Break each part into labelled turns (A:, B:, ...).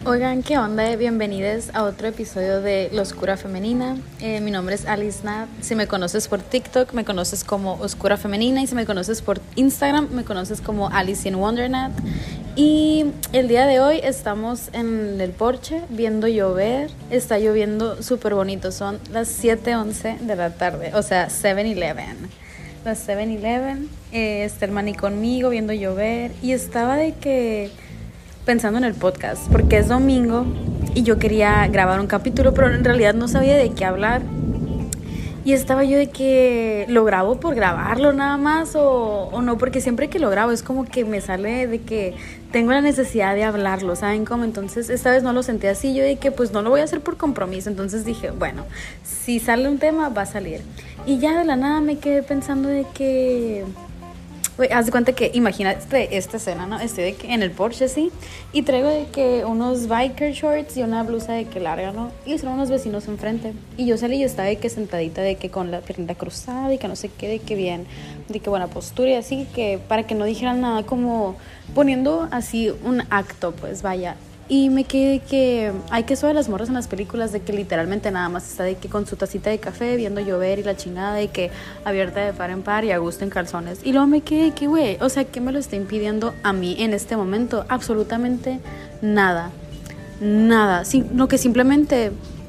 A: Oigan, ¿qué onda? Bienvenidos a otro episodio de La Oscura Femenina. Mi nombre es Alice Nat. Si me conoces por TikTok, me conoces como Oscura Femenina. Y si me conoces por Instagram, me conoces como Alice in Wonder Nat. Y el día de hoy estamos en el porche viendo llover. Está lloviendo súper bonito. Son las 7:11 de la tarde, o sea, 7-Eleven. Las 7-Eleven. Está el maní conmigo viendo llover. Y estaba de que pensando en el podcast, porque es domingo y yo quería grabar un capítulo, pero en realidad no sabía de qué hablar. Y estaba yo de que lo grabo por grabarlo nada más o no, porque siempre que lo grabo es como que me sale de que tengo la necesidad de hablarlo, ¿saben cómo? Entonces esta vez no lo sentí así, yo de que pues no lo voy a hacer por compromiso. Entonces dije, bueno, si sale un tema va a salir. Y ya de la nada me quedé pensando de que... Güey, haz de cuenta que, imagínate esta escena, ¿no? Estoy de que en el Porsche, sí, y traigo de que unos biker shorts y una blusa de que larga, ¿no? Y son unos vecinos enfrente. Y yo salí y estaba de que sentadita, de que con la pierna cruzada y que no sé qué, de que bien, de que buena postura y así, que para que no dijeran nada, como poniendo así un acto, pues vaya. Y me quedé de que hay que eso de las morras en las películas, de que literalmente nada más está de que con su tacita de café viendo llover y la chingada, de que abierta de par en par y a gusto en calzones. Y luego me quedé de que, güey, o sea, ¿qué me lo está impidiendo a mí en este momento? Absolutamente nada, nada, sino que simplemente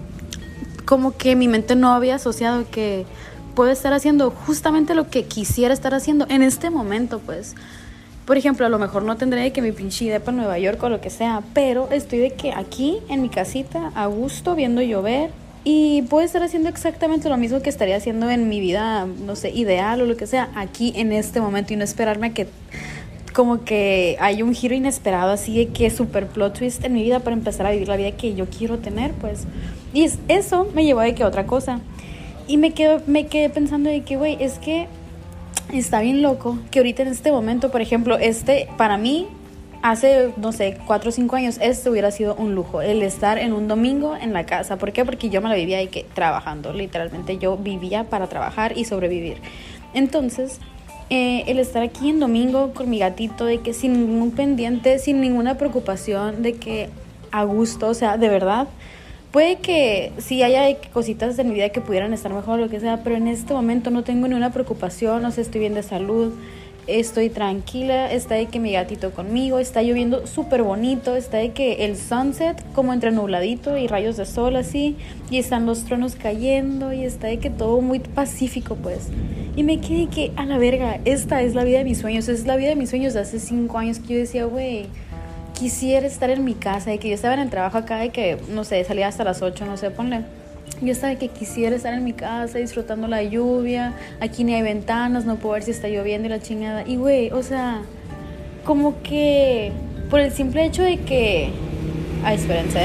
A: como que mi mente no había asociado que puedo estar haciendo justamente lo que quisiera estar haciendo en este momento, pues. Por ejemplo, a lo mejor no tendré de que mi pinche depa en Nueva York o lo que sea, pero estoy de que aquí, en mi casita, a gusto, viendo llover, y puedo estar haciendo exactamente lo mismo que estaría haciendo en mi vida, no sé, ideal o lo que sea, aquí en este momento, y no esperarme a que como que hay un giro inesperado así de que super plot twist en mi vida para empezar a vivir la vida que yo quiero tener, pues. Y eso me llevó a de que otra cosa. Y me quedé pensando de que, güey, es que está bien loco que ahorita en este momento, por ejemplo, para mí, hace, no sé, 4 o 5 años, hubiera sido un lujo, el estar en un domingo en la casa. ¿Por qué? Porque yo me la vivía ahí que trabajando, literalmente yo vivía para trabajar y sobrevivir. Entonces, el estar aquí en domingo con mi gatito, de que sin ningún pendiente, sin ninguna preocupación, de que a gusto, o sea, de verdad. Puede que sí haya cositas de mi vida que pudieran estar mejor o lo que sea, pero en este momento no tengo ninguna preocupación, no sé, estoy bien de salud, estoy tranquila, está de que mi gatito conmigo, está lloviendo súper bonito, está de que el sunset como entre nubladito y rayos de sol así, y están los truenos cayendo y está de que todo muy pacífico, pues. Y me quedé que a la verga, esta es la vida de mis sueños, es la vida de mis sueños de hace 5 años que yo decía, güey, quisiera estar en mi casa, de que yo estaba en el trabajo acá, de que, no sé, salía hasta las 8, no sé, ponle. Yo estaba de que quisiera estar en mi casa disfrutando la lluvia, aquí ni hay ventanas, no puedo ver si está lloviendo y la chingada. Y güey, o sea, como que por el simple hecho de que... Ay, espérense,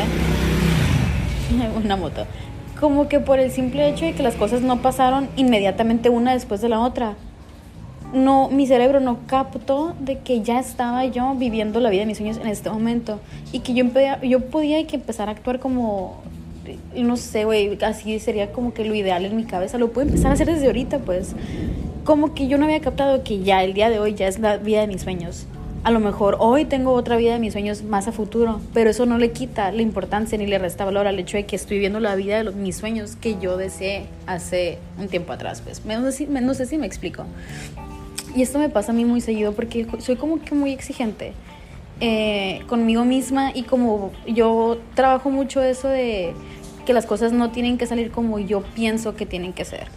A: una moto. Como que por el simple hecho de que las cosas no pasaron inmediatamente una después de la otra, no, mi cerebro no captó de que ya estaba yo viviendo la vida de mis sueños en este momento y que yo podía que empezar a actuar como, no sé, güey, así sería como que lo ideal en mi cabeza. Lo puedo empezar a hacer desde ahorita, pues. Como que yo no había captado que ya el día de hoy ya es la vida de mis sueños. A lo mejor hoy tengo otra vida de mis sueños más a futuro, pero eso no le quita la importancia ni le resta valor al hecho de que estoy viviendo la vida de mis sueños que yo deseé hace un tiempo atrás, pues. No sé si me explico. Y esto me pasa a mí muy seguido porque soy como que muy exigente conmigo misma, y como yo trabajo mucho eso de que las cosas no tienen que salir como yo pienso que tienen que ser.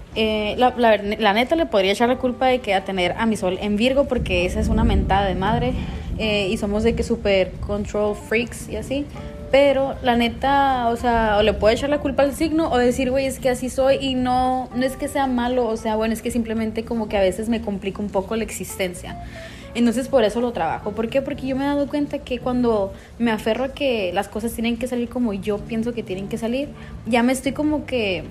A: La neta le podría echar la culpa de que a tener a mi sol en Virgo, porque esa es una mentada de madre, y somos de que super control freaks y así. Pero la neta, o sea, o le puedo echar la culpa al signo o decir, güey, es que así soy, y no es que sea malo, o sea, bueno, es que simplemente como que a veces me complica un poco la existencia. Entonces por eso lo trabajo. ¿Por qué? Porque yo me he dado cuenta que cuando me aferro a que las cosas tienen que salir como yo pienso que tienen que salir, ya me estoy como que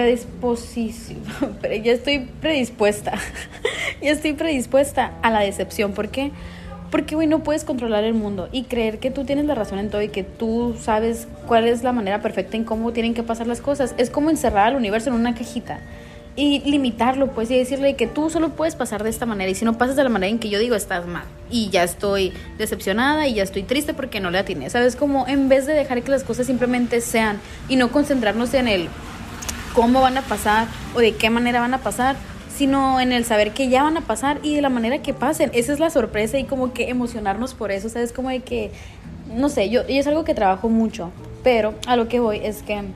A: ya estoy predispuesta ya estoy predispuesta a la decepción. ¿Por qué? Porque, güey, no puedes controlar el mundo y creer que tú tienes la razón en todo y que tú sabes cuál es la manera perfecta en cómo tienen que pasar las cosas. Es como encerrar al universo en una cajita. y limitarlo, pues, y decirle que tú solo puedes pasar de esta manera, y si no pasas de la manera en que yo digo, estás mal, y ya estoy decepcionada y ya estoy triste porque no le atiné, ¿sabes? Como en vez de dejar que las cosas simplemente sean y no concentrarnos en el cómo van a pasar o de qué manera van a pasar, sino en el saber que ya van a pasar y de la manera que pasen. Esa es la sorpresa, y como que emocionarnos por eso, ¿sabes? Como de que, no sé, yo y es algo que trabajo mucho, pero a lo que voy es que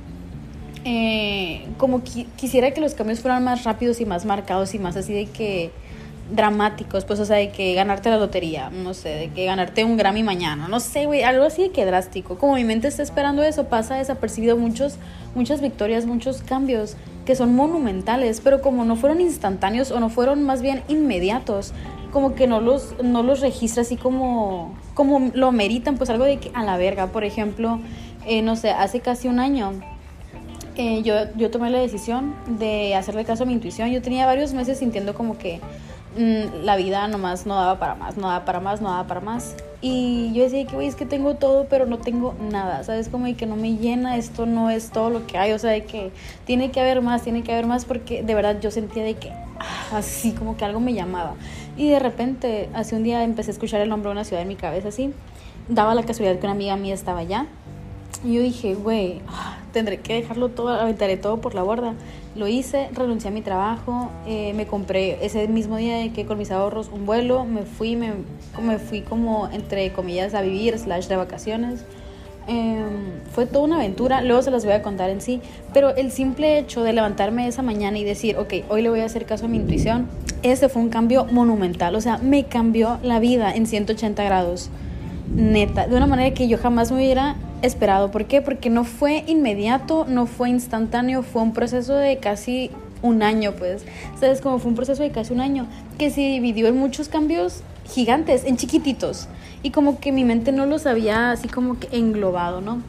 A: como quisiera que los cambios fueran más rápidos y más marcados y más así de que dramáticos, pues, o sea, de que ganarte la lotería, no sé, de que ganarte un Grammy mañana, no sé, güey, algo así de que drástico. Como mi mente está esperando eso, pasa desapercibido muchas victorias, muchos cambios que son monumentales, pero como no fueron instantáneos o no fueron más bien inmediatos, como que no los registra así como lo meritan, pues algo de que a la verga. Por ejemplo, no sé, hace casi un año yo tomé la decisión de hacerle caso a mi intuición. Yo tenía varios meses sintiendo como que la vida nomás no daba para más, no daba para más, no daba para más. Y yo decía que, güey, es que tengo todo, pero no tengo nada, ¿sabes? Como de que no me llena, esto no es todo lo que hay, o sea, de que tiene que haber más, porque de verdad yo sentía de que, así como que algo me llamaba. Y de repente, hace un día empecé a escuchar el nombre de una ciudad en mi cabeza, así. Daba la casualidad que una amiga mía estaba allá. Y yo dije, güey, tendré que dejarlo todo, aventaré todo por la borda. Lo hice, renuncié a mi trabajo, me compré ese mismo día de que con mis ahorros un vuelo, me fui como entre comillas a vivir / de vacaciones. Fue toda una aventura, luego se las voy a contar en sí, pero el simple hecho de levantarme esa mañana y decir, ok, hoy le voy a hacer caso a mi intuición, ese fue un cambio monumental, o sea, me cambió la vida en 180 grados, neta, de una manera que yo jamás me hubiera esperado. ¿Por qué? Porque no fue inmediato, no fue instantáneo, fue un proceso de casi un año, pues, ¿sabes? Como fue un proceso de casi un año que se dividió en muchos cambios gigantes, en chiquititos, y como que mi mente no los había así como que englobado, ¿no?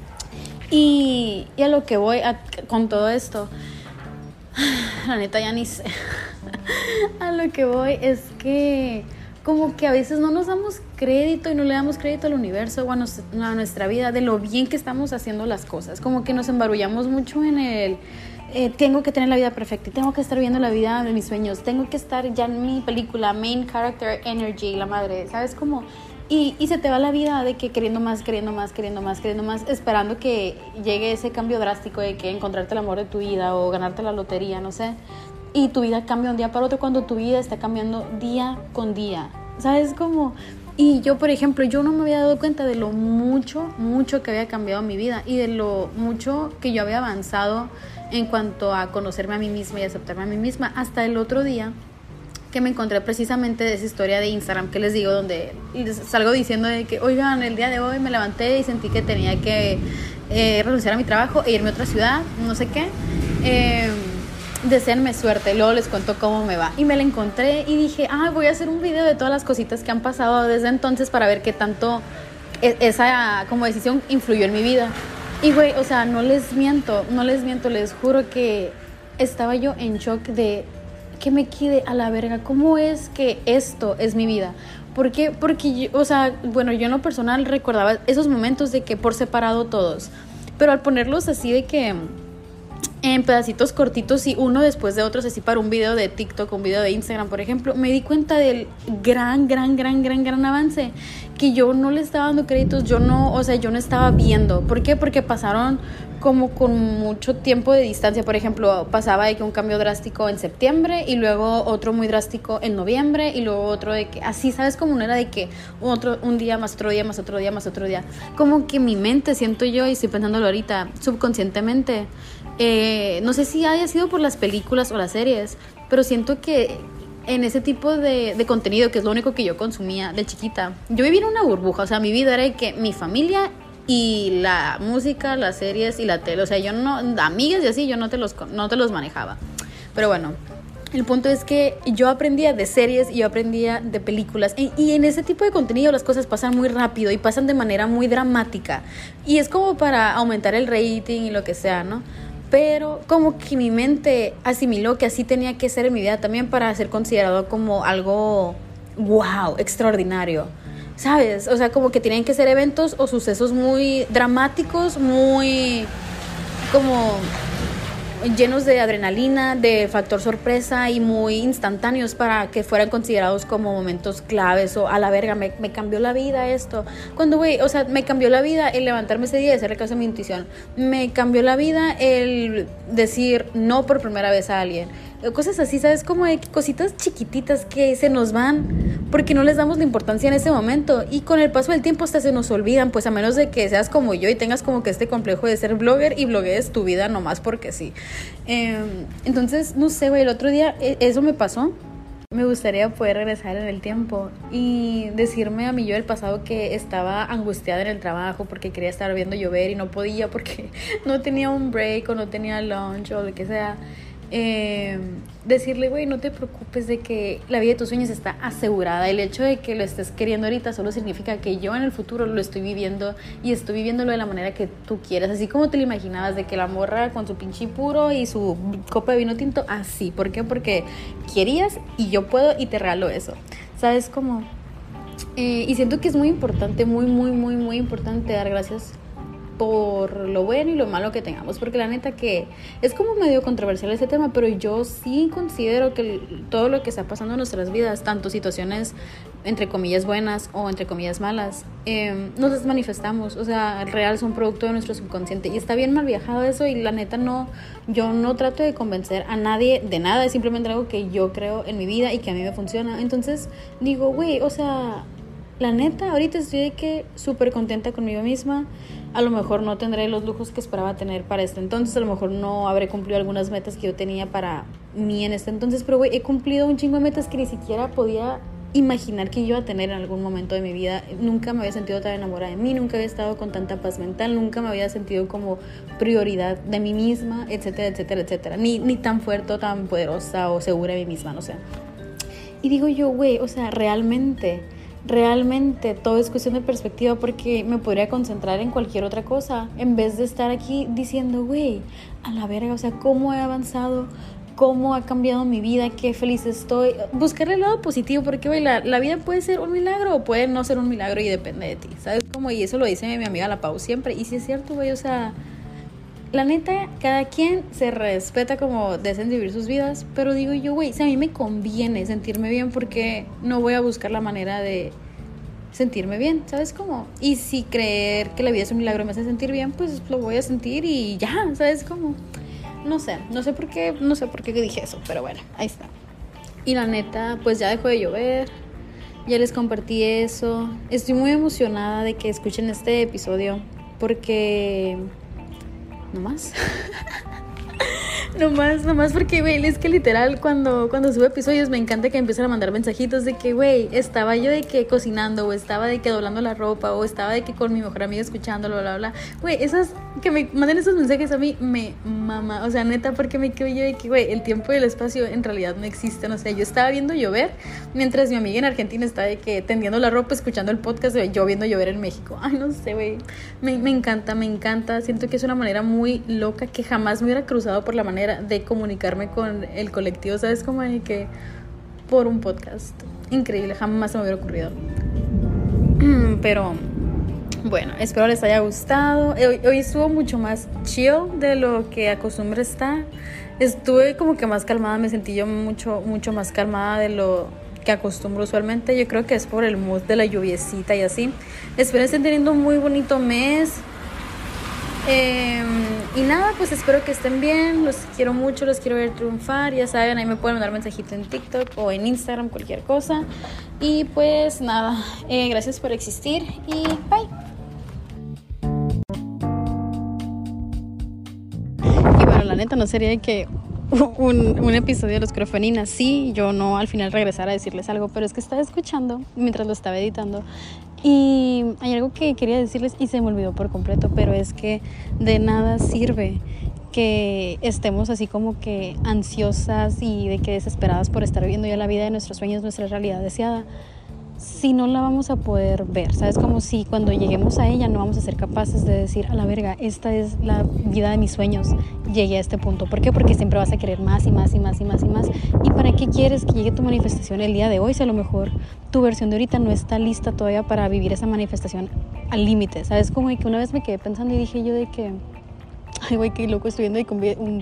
A: Y a lo que voy con todo esto, la neta ya ni sé. A lo que voy es que como que a veces no nos damos crédito y no le damos crédito al universo o a nuestra vida de lo bien que estamos haciendo las cosas. Como que nos embarullamos mucho en el tengo que tener la vida perfecta, tengo que estar viviendo la vida de mis sueños, tengo que estar ya en mi película, main character energy, la madre, ¿sabes? Como y se te va la vida de que queriendo más, esperando que llegue ese cambio drástico de que encontrarte el amor de tu vida o ganarte la lotería, no sé. Y tu vida cambia un día para otro cuando tu vida está cambiando día con día, ¿sabes cómo? Y yo, por ejemplo, yo no me había dado cuenta de lo mucho que había cambiado mi vida y de lo mucho que yo había avanzado en cuanto a conocerme a mí misma y aceptarme a mí misma, hasta el otro día que me encontré precisamente de esa historia de Instagram que les digo, donde les salgo diciendo de que, oigan, el día de hoy me levanté y sentí que tenía que renunciar a mi trabajo e irme a otra ciudad, no sé qué. Deseenme suerte, luego les cuento cómo me va. Y me la encontré y dije, voy a hacer un video de todas las cositas que han pasado desde entonces para ver qué tanto esa como decisión influyó en mi vida. Y güey, o sea, no les miento, les juro que estaba yo en shock de que me quede a la verga, ¿cómo es que esto es mi vida? ¿Por qué? Porque yo, o sea, bueno, yo en lo personal recordaba esos momentos de que por separado todos, pero al ponerlos así de que en pedacitos cortitos y uno después de otro, así para un video de TikTok, un video de Instagram, por ejemplo, me di cuenta del gran avance que yo no le estaba dando créditos, yo no estaba viendo. ¿Por qué? Porque pasaron como con mucho tiempo de distancia. Por ejemplo, pasaba de que un cambio drástico en septiembre y luego otro muy drástico en noviembre y luego otro de que así, ¿sabes? Como no era de que un día más otro día más otro día más otro día. Como que mi mente, siento yo, y estoy pensándolo ahorita, subconscientemente, no sé si haya sido por las películas o las series, pero siento que en ese tipo de contenido, que es lo único que yo consumía de chiquita, yo vivía en una burbuja. O sea, mi vida era de que mi familia y la música, las series y la tele. O sea, yo no, amigas y así, yo no te los manejaba. Pero bueno, el punto es que yo aprendía de series y yo aprendía de películas. Y en ese tipo de contenido las cosas pasan muy rápido y pasan de manera muy dramática. Y es como para aumentar el rating y lo que sea, ¿no? Pero como que mi mente asimiló que así tenía que ser en mi vida también para ser considerado como algo wow, extraordinario, ¿sabes? O sea, como que tienen que ser eventos o sucesos muy dramáticos, muy como llenos de adrenalina, de factor sorpresa y muy instantáneos para que fueran considerados como momentos claves o a la verga, me cambió la vida esto. Cuando, güey, o sea, me cambió la vida el levantarme ese día y hacerle caso a mi intuición. Me cambió la vida el decir no por primera vez a alguien. Cosas así, ¿sabes? Como de cositas chiquititas que se nos van porque no les damos la importancia en ese momento y con el paso del tiempo hasta se nos olvidan, pues a menos de que seas como yo y tengas como que este complejo de ser blogger y bloguees tu vida nomás porque sí. Entonces, no sé, güey, el otro día eso me pasó. Me gustaría poder regresar en el tiempo y decirme a mí yo del pasado que estaba angustiada en el trabajo porque quería estar viendo llover y no podía porque no tenía un break o no tenía lunch o lo que sea. Decirle, güey, no te preocupes de que la vida de tus sueños está asegurada. El hecho de que lo estés queriendo ahorita solo significa que yo en el futuro lo estoy viviendo y estoy viviéndolo de la manera que tú quieras, así como te lo imaginabas, de que la morra con su pinche puro y su copa de vino tinto, así. ¿Por qué? Porque querías y yo puedo y te regalo eso, ¿sabes cómo? Y siento que es muy importante, muy, muy, muy, muy importante dar gracias por lo bueno y lo malo que tengamos, porque la neta que es como medio controversial ese tema, pero yo sí considero que todo lo que está pasando en nuestras vidas, tanto situaciones entre comillas buenas o entre comillas malas, nos las manifestamos, o sea, al real son producto de nuestro subconsciente y está bien mal viajado eso y la neta no, yo no trato de convencer a nadie de nada, es simplemente algo que yo creo en mi vida y que a mí me funciona. Entonces digo, güey, o sea, la neta, ahorita estoy de que súper contenta conmigo misma. A lo mejor no tendré los lujos que esperaba tener para este entonces. A lo mejor no habré cumplido algunas metas que yo tenía para mí en este entonces. Pero, güey, he cumplido un chingo de metas que ni siquiera podía imaginar que yo iba a tener en algún momento de mi vida. Nunca me había sentido tan enamorada de mí. Nunca había estado con tanta paz mental. Nunca me había sentido como prioridad de mí misma, etcétera, etcétera, etcétera. Ni tan fuerte o tan poderosa o segura de mí misma, no sé. Y digo yo, güey, o sea, realmente todo es cuestión de perspectiva porque me podría concentrar en cualquier otra cosa en vez de estar aquí diciendo, güey, a la verga, o sea, cómo he avanzado, cómo ha cambiado mi vida, qué feliz estoy. Buscarle el lado positivo porque, güey, la vida puede ser un milagro o puede no ser un milagro y depende de ti, ¿sabes? Como, y eso lo dice mi amiga La Pau siempre, y sí es cierto, güey, o sea, la neta, cada quien se respeta como deseen vivir sus vidas, pero digo yo, güey, si a mí me conviene sentirme bien, porque no voy a buscar la manera de sentirme bien, ¿sabes cómo? Y si creer que la vida es un milagro y me hace sentir bien, pues lo voy a sentir y ya, ¿sabes cómo? No sé por qué dije eso, pero bueno, ahí está. Y la neta, pues ya dejó de llover, ya les compartí eso. Estoy muy emocionada de que escuchen este episodio, porque nomás porque, güey, es que literal cuando subo episodios me encanta que empiecen a mandar mensajitos de que, güey, estaba yo de que cocinando o estaba de que doblando la ropa o estaba de que con mi mejor amiga escuchándolo, bla, bla, bla. Güey, que me manden esos mensajes a mí me mama, o sea, neta, porque me quedo yo de que, güey, el tiempo y el espacio en realidad no existen. O sea, yo estaba viendo llover mientras mi amiga en Argentina está de que tendiendo la ropa, escuchando el podcast de yo viendo llover en México. Ay, no sé, güey, me encanta, siento que es una manera muy loca que jamás me hubiera cruzado por la manera de comunicarme con el colectivo, ¿sabes? Como de que por un podcast. Increíble, jamás se me hubiera ocurrido. Pero bueno, espero les haya gustado. Hoy estuvo mucho más chill de lo que acostumbra estar. Estuve como que más calmada, me sentí yo mucho más calmada de lo que acostumbro usualmente. Yo creo que es por el mood de la lluviecita y así. Espero estén teniendo un muy bonito mes. Y nada, pues espero que estén bien. Los quiero mucho, los quiero ver triunfar. Ya saben, ahí me pueden mandar mensajito en TikTok o en Instagram, cualquier cosa. Y pues nada, gracias por existir y bye. Y bueno, la neta no sería de que un episodio de Los Cura Femeninas, sí, yo no al final regresar a decirles algo, pero es que estaba escuchando mientras lo estaba editando y hay algo que quería decirles y se me olvidó por completo, pero es que de nada sirve que estemos así como que ansiosas y de que desesperadas por estar viviendo ya la vida de nuestros sueños, nuestra realidad deseada, si no la vamos a poder ver, ¿sabes? Como si cuando lleguemos a ella no vamos a ser capaces de decir, a la verga, esta es la vida de mis sueños, llegué a este punto. ¿Por qué? Porque siempre vas a querer más y más y más y más y más. ¿Y para qué quieres que llegue tu manifestación el día de hoy si a lo mejor tu versión de ahorita no está lista todavía para vivir esa manifestación al límite? ¿Sabes? Como de que una vez me quedé pensando y dije yo de que, ay güey, qué loco, estoy viendo un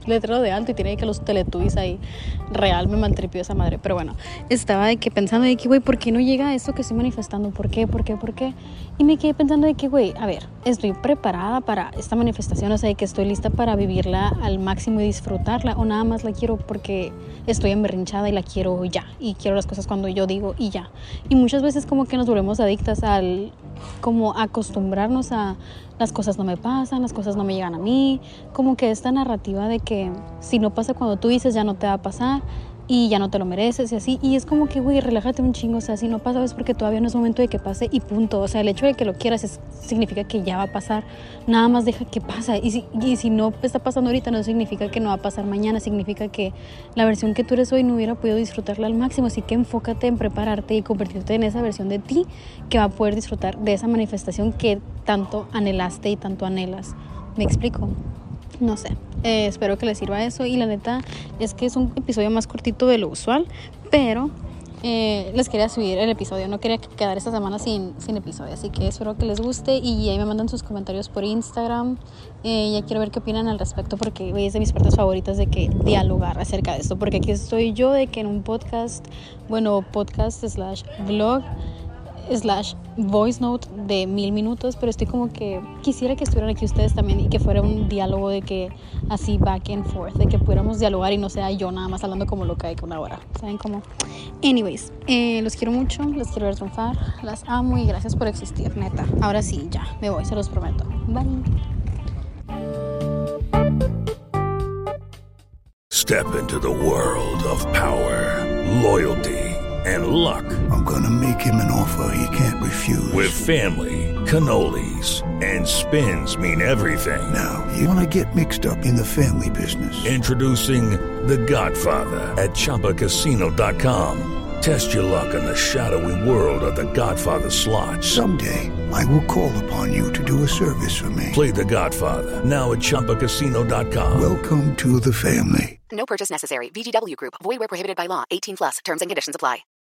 A: letrero de alto y tiene que los Teletubbies ahí. Real me maltripió esa madre. Pero bueno, estaba de que pensando de que, güey, ¿por qué no llega esto que estoy manifestando? ¿Por qué? Y me quedé pensando de que, güey, a ver, estoy preparada para esta manifestación, o sea, de que estoy lista para vivirla al máximo y disfrutarla, o nada más la quiero porque estoy emberrinchada y la quiero ya, y quiero las cosas cuando yo digo y ya. Y muchas veces como que nos volvemos adictas al como acostumbrarnos a las cosas no me pasan, las cosas no me llegan a mí, como que esta narrativa de que si no pasa cuando tú dices ya no te va a pasar y ya no te lo mereces y así, y es como que, güey, relájate un chingo, o sea, si no pasa es porque todavía no es momento de que pase y punto, o sea, el hecho de que lo quieras significa que ya va a pasar, nada más deja que pasa, y si no está pasando ahorita no significa que no va a pasar mañana, significa que la versión que tú eres hoy no hubiera podido disfrutarla al máximo, así que enfócate en prepararte y convertirte en esa versión de ti que va a poder disfrutar de esa manifestación que tanto anhelaste y tanto anhelas. ¿Me explico? No sé, espero que les sirva eso, y la neta es que es un episodio más cortito de lo usual, pero les quería subir el episodio, no quería quedar esta semana sin episodio, así que espero que les guste y ahí me mandan sus comentarios por Instagram. Ya quiero ver qué opinan al respecto, porque es de mis partes favoritas de que dialogar acerca de esto, porque aquí estoy yo de que en un podcast /vlog /voice note de 1000 minutos, pero estoy como que quisiera que estuvieran aquí ustedes también y que fuera un diálogo de que así back and forth, de que pudiéramos dialogar y no sea yo nada más hablando como loca de que una hora, ¿saben cómo? Anyways, los quiero mucho, los quiero ver triunfar, las amo y gracias por existir, neta. Ahora sí, ya, me voy, se los prometo. Bye.
B: Step into the world of power, loyalty, and luck.
C: I'm gonna make him an offer he can't refuse.
B: With family, cannolis, and spins mean everything.
C: Now, you wanna get mixed up in the family business.
B: Introducing The Godfather at ChumbaCasino.com. Test your luck in the shadowy world of The Godfather slot.
C: Someday, I will call upon you to do a service for me.
B: Play The Godfather now at ChumbaCasino.com.
C: Welcome to the family.
D: No purchase necessary. VGW Group. Void where prohibited by law. 18+. Terms and conditions apply.